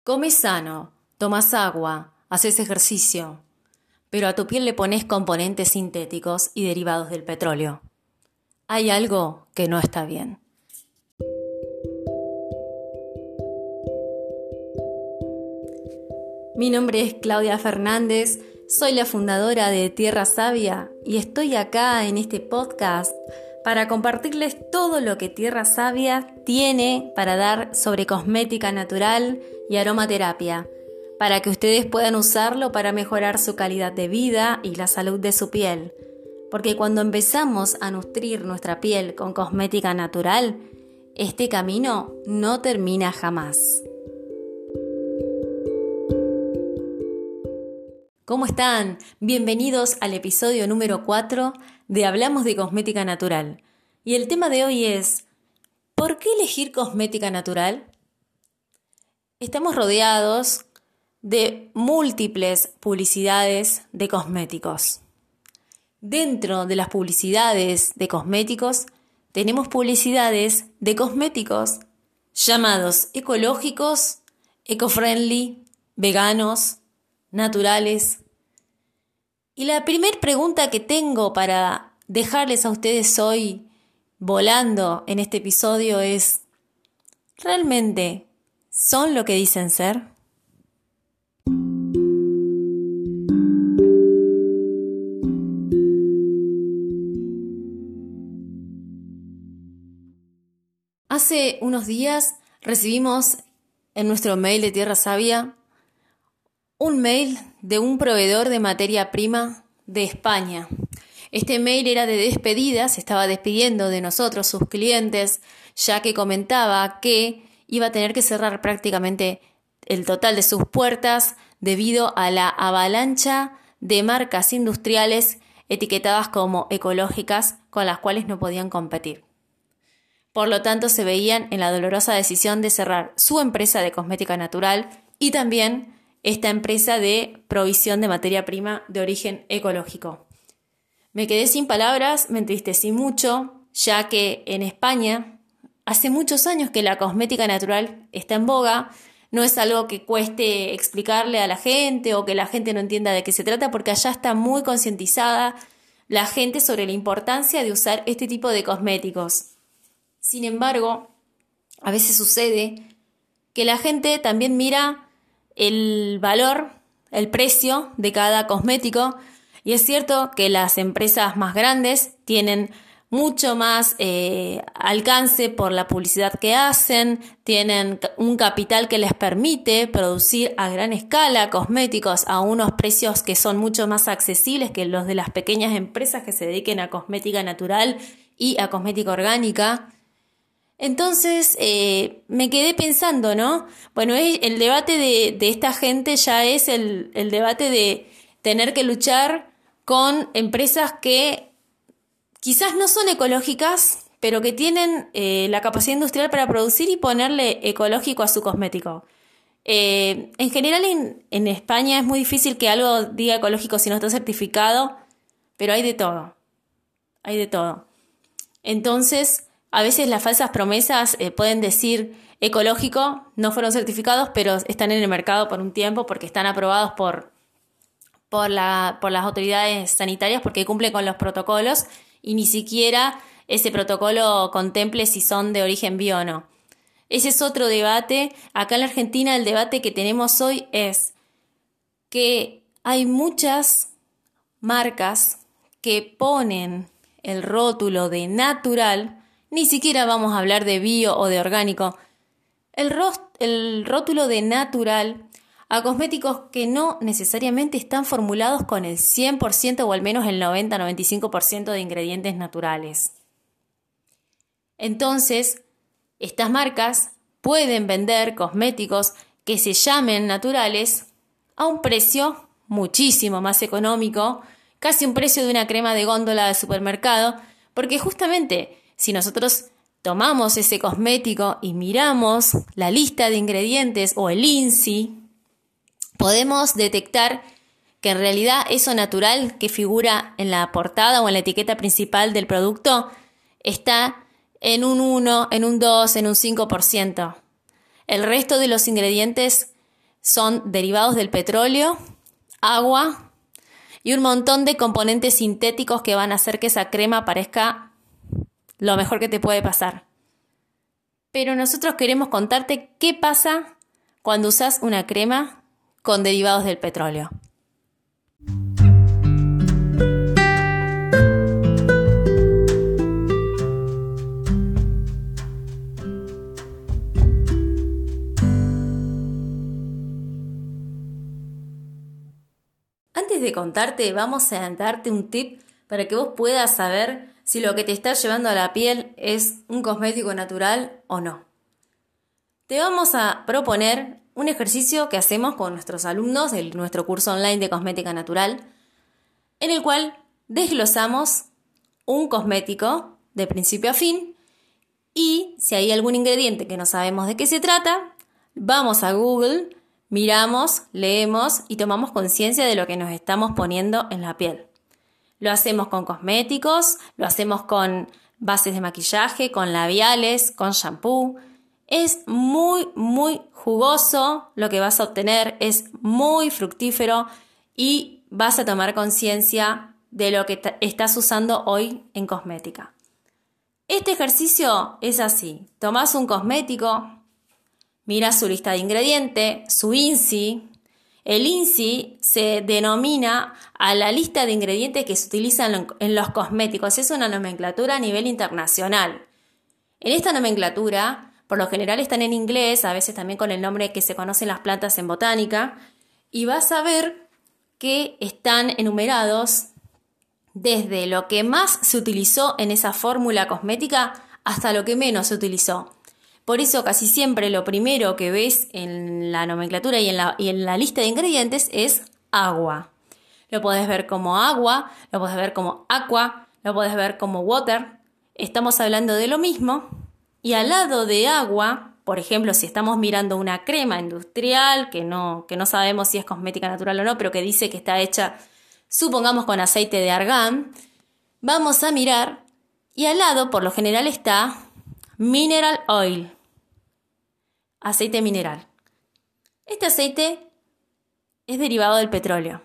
Comes sano, tomas agua, haces ejercicio, pero a tu piel le pones componentes sintéticos y derivados del petróleo. Hay algo que no está bien. Mi nombre es Claudia Fernández, soy la fundadora de Tierra Sabia y estoy acá en este podcast para compartirles todo lo que Tierra Sabia tiene para dar sobre cosmética natural y aromaterapia, para que ustedes puedan usarlo para mejorar su calidad de vida y la salud de su piel. Porque cuando empezamos a nutrir nuestra piel con cosmética natural, este camino no termina jamás. ¿Cómo están? Bienvenidos al episodio número 4 de Hablamos de Cosmética Natural. Y el tema de hoy es, ¿por qué elegir cosmética natural? Estamos rodeados de múltiples publicidades de cosméticos. Dentro de las publicidades de cosméticos, tenemos publicidades de cosméticos llamados ecológicos, eco-friendly, veganos, naturales. Y la primera pregunta que tengo para dejarles a ustedes hoy volando en este episodio es, ¿realmente son lo que dicen ser? Hace unos días recibimos en nuestro mail de Tierra Sabia un mail de un proveedor de materia prima de España. Este mail era de despedida, se estaba despidiendo de nosotros, sus clientes, ya que comentaba que iba a tener que cerrar prácticamente el total de sus puertas debido a la avalancha de marcas industriales etiquetadas como ecológicas con las cuales no podían competir. Por lo tanto, se veían en la dolorosa decisión de cerrar su empresa de cosmética natural y también esta empresa de provisión de materia prima de origen ecológico. Me quedé sin palabras, me entristecí mucho, ya que en España hace muchos años que la cosmética natural está en boga. No es algo que cueste explicarle a la gente o que la gente no entienda de qué se trata, porque allá está muy concientizada la gente sobre la importancia de usar este tipo de cosméticos. Sin embargo, a veces sucede que la gente también mira el valor, el precio de cada cosmético, y es cierto que las empresas más grandes tienen mucho más alcance por la publicidad que hacen, tienen un capital que les permite producir a gran escala cosméticos a unos precios que son mucho más accesibles que los de las pequeñas empresas que se dediquen a cosmética natural y a cosmética orgánica. Entonces me quedé pensando, ¿no? Bueno, el debate de esta gente ya es el debate de tener que luchar con empresas que quizás no son ecológicas, pero que tienen la capacidad industrial para producir y ponerle ecológico a su cosmético. En general en España es muy difícil que algo diga ecológico si no está certificado, pero hay de todo. Hay de todo. Entonces, a veces las falsas promesas pueden decir ecológico, no fueron certificados, pero están en el mercado por un tiempo porque están aprobados por las autoridades sanitarias porque cumplen con los protocolos y ni siquiera ese protocolo contemple si son de origen bio o no. Ese es otro debate. Acá en la Argentina el debate que tenemos hoy es que hay muchas marcas que ponen el rótulo de natural. Ni siquiera vamos a hablar de bio o de orgánico. El rótulo de natural a cosméticos que no necesariamente están formulados con el 100% o al menos el 90-95% de ingredientes naturales. Entonces, estas marcas pueden vender cosméticos que se llamen naturales a un precio muchísimo más económico, casi un precio de una crema de góndola de supermercado, porque justamente si nosotros tomamos ese cosmético y miramos la lista de ingredientes o el INSI, podemos detectar que en realidad eso natural que figura en la portada o en la etiqueta principal del producto está en un 1, en un 2, en un 5%. El resto de los ingredientes son derivados del petróleo, agua y un montón de componentes sintéticos que van a hacer que esa crema parezca lo mejor que te puede pasar. Pero nosotros queremos contarte qué pasa cuando usas una crema con derivados del petróleo. Antes de contarte, vamos a darte un tip para que vos puedas saber si lo que te está llevando a la piel es un cosmético natural o no. Te vamos a proponer un ejercicio que hacemos con nuestros alumnos de nuestro curso online de cosmética natural, en el cual desglosamos un cosmético de principio a fin y si hay algún ingrediente que no sabemos de qué se trata, vamos a Google, miramos, leemos y tomamos conciencia de lo que nos estamos poniendo en la piel. Lo hacemos con cosméticos, lo hacemos con bases de maquillaje, con labiales, con shampoo. Es muy, muy jugoso lo que vas a obtener, es muy fructífero y vas a tomar conciencia de lo que estás usando hoy en cosmética. Este ejercicio es así. Tomás un cosmético, mirás su lista de ingredientes, su INCI. El INCI se denomina a la lista de ingredientes que se utilizan en los cosméticos. Es una nomenclatura a nivel internacional. En esta nomenclatura, por lo general están en inglés, a veces también con el nombre que se conocen las plantas en botánica, y vas a ver que están enumerados desde lo que más se utilizó en esa fórmula cosmética hasta lo que menos se utilizó. Por eso casi siempre lo primero que ves en la nomenclatura y en la lista de ingredientes es agua. Lo podés ver como agua, lo podés ver como aqua, lo podés ver como water. Estamos hablando de lo mismo. Y al lado de agua, por ejemplo, si estamos mirando una crema industrial que no sabemos si es cosmética natural o no, pero que dice que está hecha, supongamos, con aceite de argán, vamos a mirar y al lado por lo general está mineral oil, aceite mineral. Este aceite es derivado del petróleo.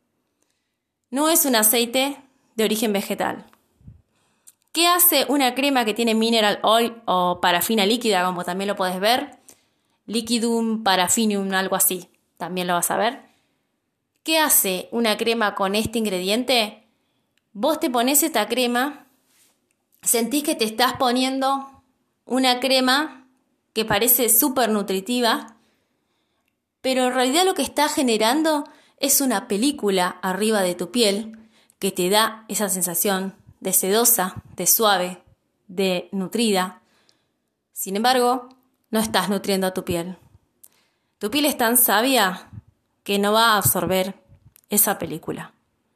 No es un aceite de origen vegetal. ¿Qué hace una crema que tiene mineral oil o parafina líquida, como también lo puedes ver? Liquidum parafinum, algo así, también lo vas a ver. ¿Qué hace una crema con este ingrediente? Vos te pones esta crema, sentís que te estás poniendo una crema que parece súper nutritiva, pero en realidad lo que está generando es una película arriba de tu piel que te da esa sensación de sedosa, de suave, de nutrida. Sin embargo, no estás nutriendo a tu piel. Tu piel es tan sabia que no va a absorber esa película.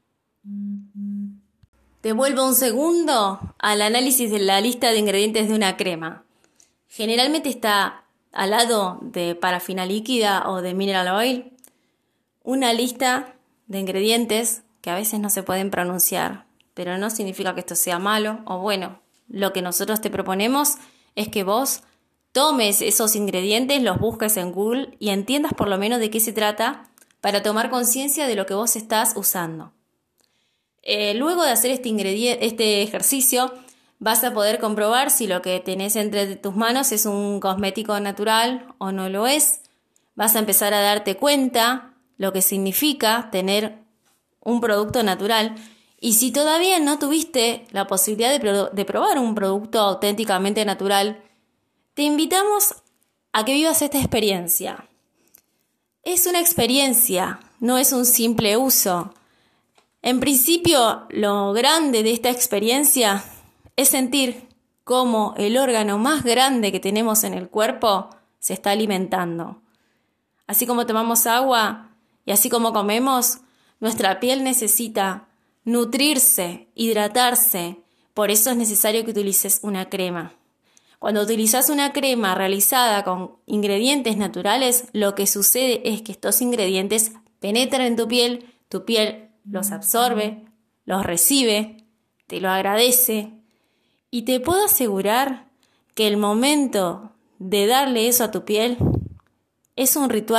Te vuelvo un segundo al análisis de la lista de ingredientes de una crema. Generalmente está al lado de parafina líquida o de mineral oil una lista de ingredientes que a veces no se pueden pronunciar, pero no significa que esto sea malo o bueno. Lo que nosotros te proponemos es que vos tomes esos ingredientes, los busques en Google y entiendas por lo menos de qué se trata para tomar conciencia de lo que vos estás usando. Luego de hacer este ejercicio, vas a poder comprobar si lo que tenés entre tus manos es un cosmético natural o no lo es. Vas a empezar a darte cuenta lo que significa tener un producto natural. Y si todavía no tuviste la posibilidad de probar un producto auténticamente natural, te invitamos a que vivas esta experiencia. Es una experiencia, no es un simple uso. En principio, lo grande de esta experiencia es sentir cómo el órgano más grande que tenemos en el cuerpo se está alimentando. Así como tomamos agua y así como comemos, nuestra piel necesita nutrirse, hidratarse. Por eso es necesario que utilices una crema. Cuando utilizas una crema realizada con ingredientes naturales, lo que sucede es que estos ingredientes penetran en tu piel los absorbe, los recibe, te lo agradece y te puedo asegurar que el momento de darle eso a tu piel es un ritual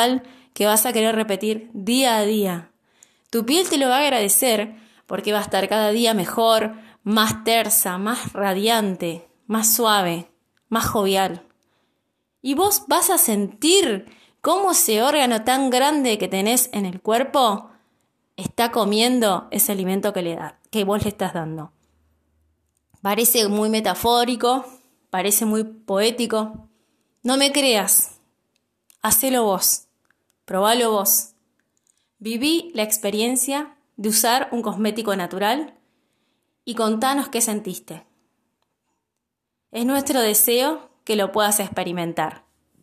que vas a querer repetir día a día. Tu piel te lo va a agradecer porque va a estar cada día mejor, más tersa, más radiante, más suave, más jovial. Y vos vas a sentir cómo ese órgano tan grande que tenés en el cuerpo está comiendo ese alimento que vos le estás dando. Parece muy metafórico, parece muy poético. No me creas, hacelo vos, probalo vos. Viví la experiencia de usar un cosmético natural y contanos qué sentiste. Es nuestro deseo que lo puedas experimentar.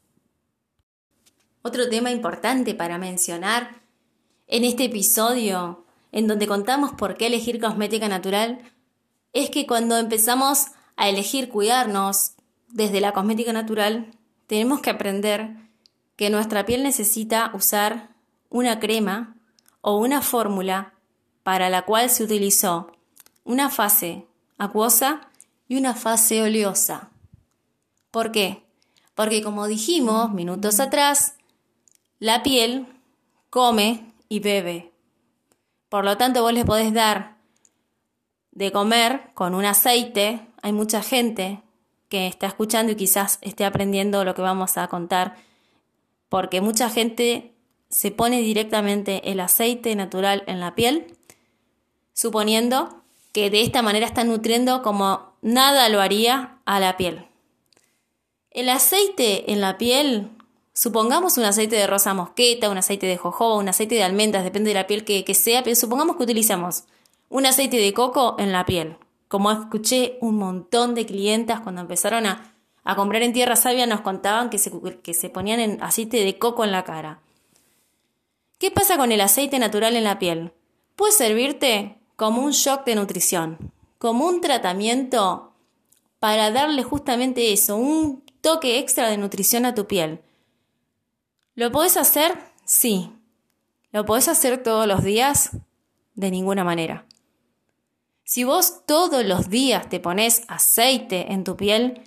Otro tema importante para mencionar en este episodio, en donde contamos por qué elegir cosmética natural, es que cuando empezamos a elegir cuidarnos desde la cosmética natural, tenemos que aprender que nuestra piel necesita usar una crema o una fórmula para la cual se utilizó una fase acuosa y una fase oleosa. ¿Por qué? Porque como dijimos minutos atrás, la piel come y bebe. Por lo tanto, vos le podés dar de comer con un aceite. Hay mucha gente que está escuchando y quizás esté aprendiendo lo que vamos a contar, porque mucha gente se pone directamente el aceite natural en la piel, suponiendo que de esta manera está nutriendo como nada lo haría a la piel. El aceite en la piel, supongamos un aceite de rosa mosqueta, un aceite de jojoba, un aceite de almendras, depende de la piel que sea, pero supongamos que utilizamos un aceite de coco en la piel. Como escuché un montón de clientas cuando empezaron a comprar en Tierra Sabia, nos contaban que se ponían en aceite de coco en la cara. ¿Qué pasa con el aceite natural en la piel? Puede servirte como un shock de nutrición, como un tratamiento para darle justamente eso, un toque extra de nutrición a tu piel. ¿Lo podés hacer? Sí. ¿Lo podés hacer todos los días? De ninguna manera. Si vos todos los días te pones aceite en tu piel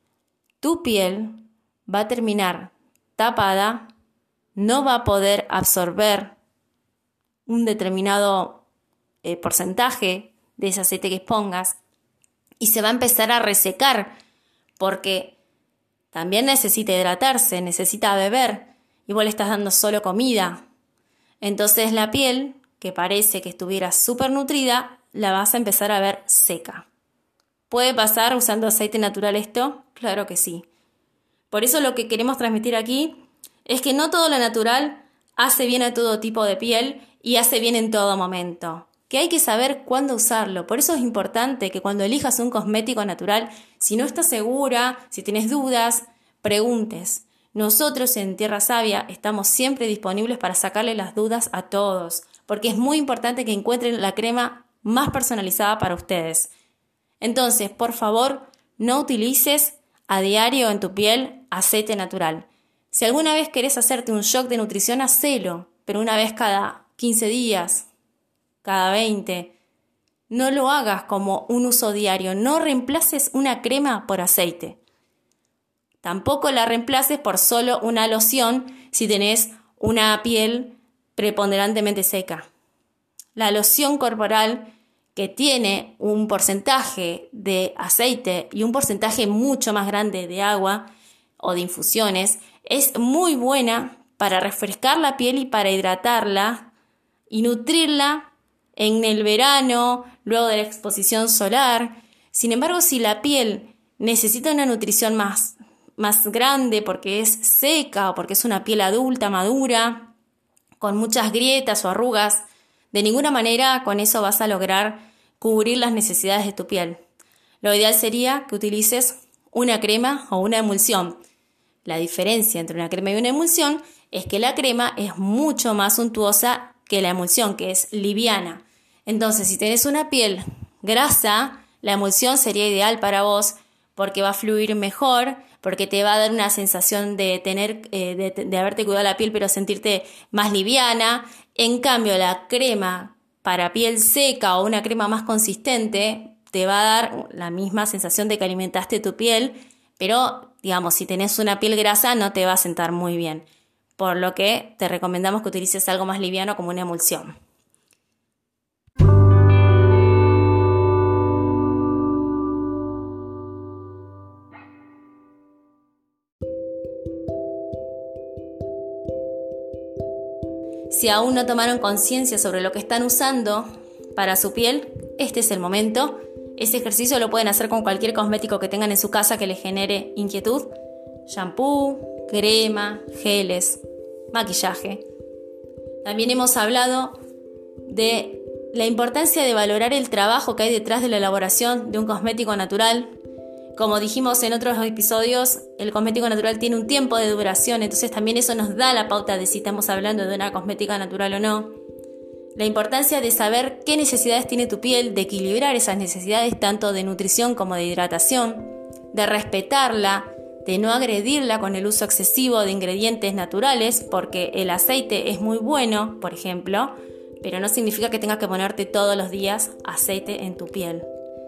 va a terminar tapada, no va a poder absorber un determinado porcentaje de ese aceite que pongas y se va a empezar a resecar porque también necesita hidratarse, necesita beber y vos le estás dando solo comida. Entonces la piel, que parece que estuviera súper nutrida, la vas a empezar a ver seca. ¿Puede pasar usando aceite natural esto? Claro que sí. Por eso lo que queremos transmitir aquí es que no todo lo natural hace bien a todo tipo de piel y hace bien en todo momento. Que hay que saber cuándo usarlo. Por eso es importante que cuando elijas un cosmético natural, si no estás segura, si tienes dudas, preguntes. Nosotros en Tierra Sabia estamos siempre disponibles para sacarle las dudas a todos, porque es muy importante que encuentren la crema más personalizada para ustedes. Entonces, por favor, no utilices a diario en tu piel aceite natural. Si alguna vez querés hacerte un shock de nutrición, hacelo, pero una vez cada 15 días, cada 20. No lo hagas como un uso diario. No reemplaces una crema por aceite. Tampoco la reemplaces por solo una loción si tenés una piel preponderantemente seca. La loción corporal, que tiene un porcentaje de aceite y un porcentaje mucho más grande de agua o de infusiones, es muy buena para refrescar la piel y para hidratarla y nutrirla en el verano, luego de la exposición solar. Sin embargo, si la piel necesita una nutrición más grande porque es seca o porque es una piel adulta, madura, con muchas grietas o arrugas, de ninguna manera con eso vas a lograr cubrir las necesidades de tu piel. Lo ideal sería que utilices una crema o una emulsión. La diferencia entre una crema y una emulsión es que la crema es mucho más untuosa que la emulsión, que es liviana. Entonces, si tenés una piel grasa, la emulsión sería ideal para vos porque va a fluir mejor, porque te va a dar una sensación de de haberte cuidado la piel, pero sentirte más liviana. En cambio, la crema para piel seca o una crema más consistente te va a dar la misma sensación de que alimentaste tu piel, pero, digamos, si tenés una piel grasa no te va a sentar muy bien. por lo que te recomendamos que utilices algo más liviano como una emulsión. Si aún no tomaron conciencia sobre lo que están usando para su piel, este es el momento. Ese ejercicio lo pueden hacer con cualquier cosmético que tengan en su casa que les genere inquietud. Shampoo, crema, geles, maquillaje. También hemos hablado de la importancia de valorar el trabajo que hay detrás de la elaboración de un cosmético natural. Como dijimos en otros episodios, el cosmético natural tiene un tiempo de duración, entonces también eso nos da la pauta de si estamos hablando de una cosmética natural o no. La importancia de saber qué necesidades tiene tu piel, de equilibrar esas necesidades tanto de nutrición como de hidratación, de respetarla, de no agredirla con el uso excesivo de ingredientes naturales, porque el aceite es muy bueno, por ejemplo, pero no significa que tengas que ponerte todos los días aceite en tu piel.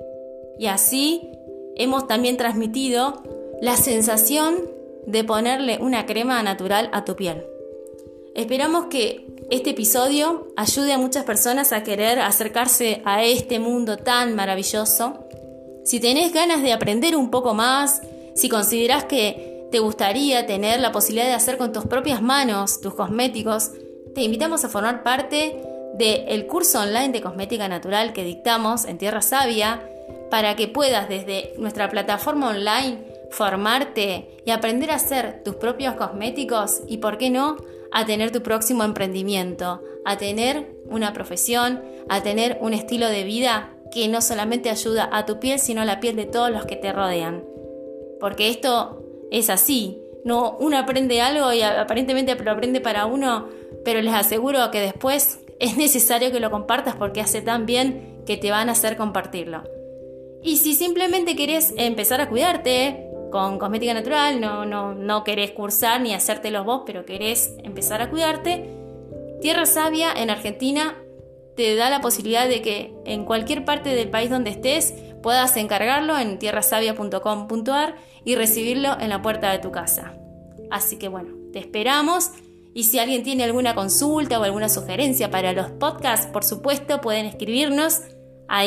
Y así hemos también transmitido la sensación de ponerle una crema natural a tu piel. Esperamos que este episodio ayude a muchas personas a querer acercarse a este mundo tan maravilloso. Si tenés ganas de aprender un poco más, si considerás que te gustaría tener la posibilidad de hacer con tus propias manos tus cosméticos, te invitamos a formar parte del curso online de cosmética natural que dictamos en Tierra Sabia, para que puedas desde nuestra plataforma online formarte y aprender a hacer tus propios cosméticos y, ¿por qué no?, a tener tu próximo emprendimiento, a tener una profesión, a tener un estilo de vida que no solamente ayuda a tu piel, sino a la piel de todos los que te rodean. Porque esto es así, no, uno aprende algo y aparentemente lo aprende para uno, pero les aseguro que después es necesario que lo compartas porque hace tan bien que te van a hacer compartirlo. Y si simplemente querés empezar a cuidarte con cosmética natural, no querés cursar ni hacértelos vos, pero querés empezar a cuidarte, Tierra Sabia en Argentina te da la posibilidad de que en cualquier parte del país donde estés puedas encargarlo en tierrasavia.com.ar y recibirlo en la puerta de tu casa. Así que bueno, te esperamos. Y si alguien tiene alguna consulta o alguna sugerencia para los podcasts, por supuesto pueden escribirnos a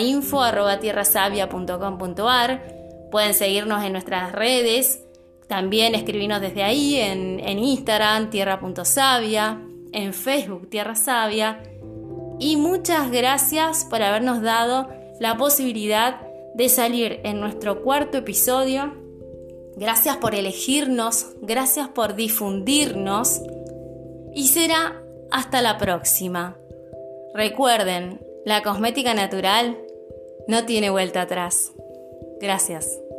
info@tierrasavia.com.ar. Pueden seguirnos en nuestras redes, también escribirnos desde ahí en Instagram, tierra.savia, en Facebook, Tierra Sabia. Y muchas gracias por habernos dado la posibilidad de salir en nuestro cuarto episodio. Gracias por elegirnos, gracias por difundirnos. Y será hasta la próxima. Recuerden, la cosmética natural no tiene vuelta atrás. Gracias.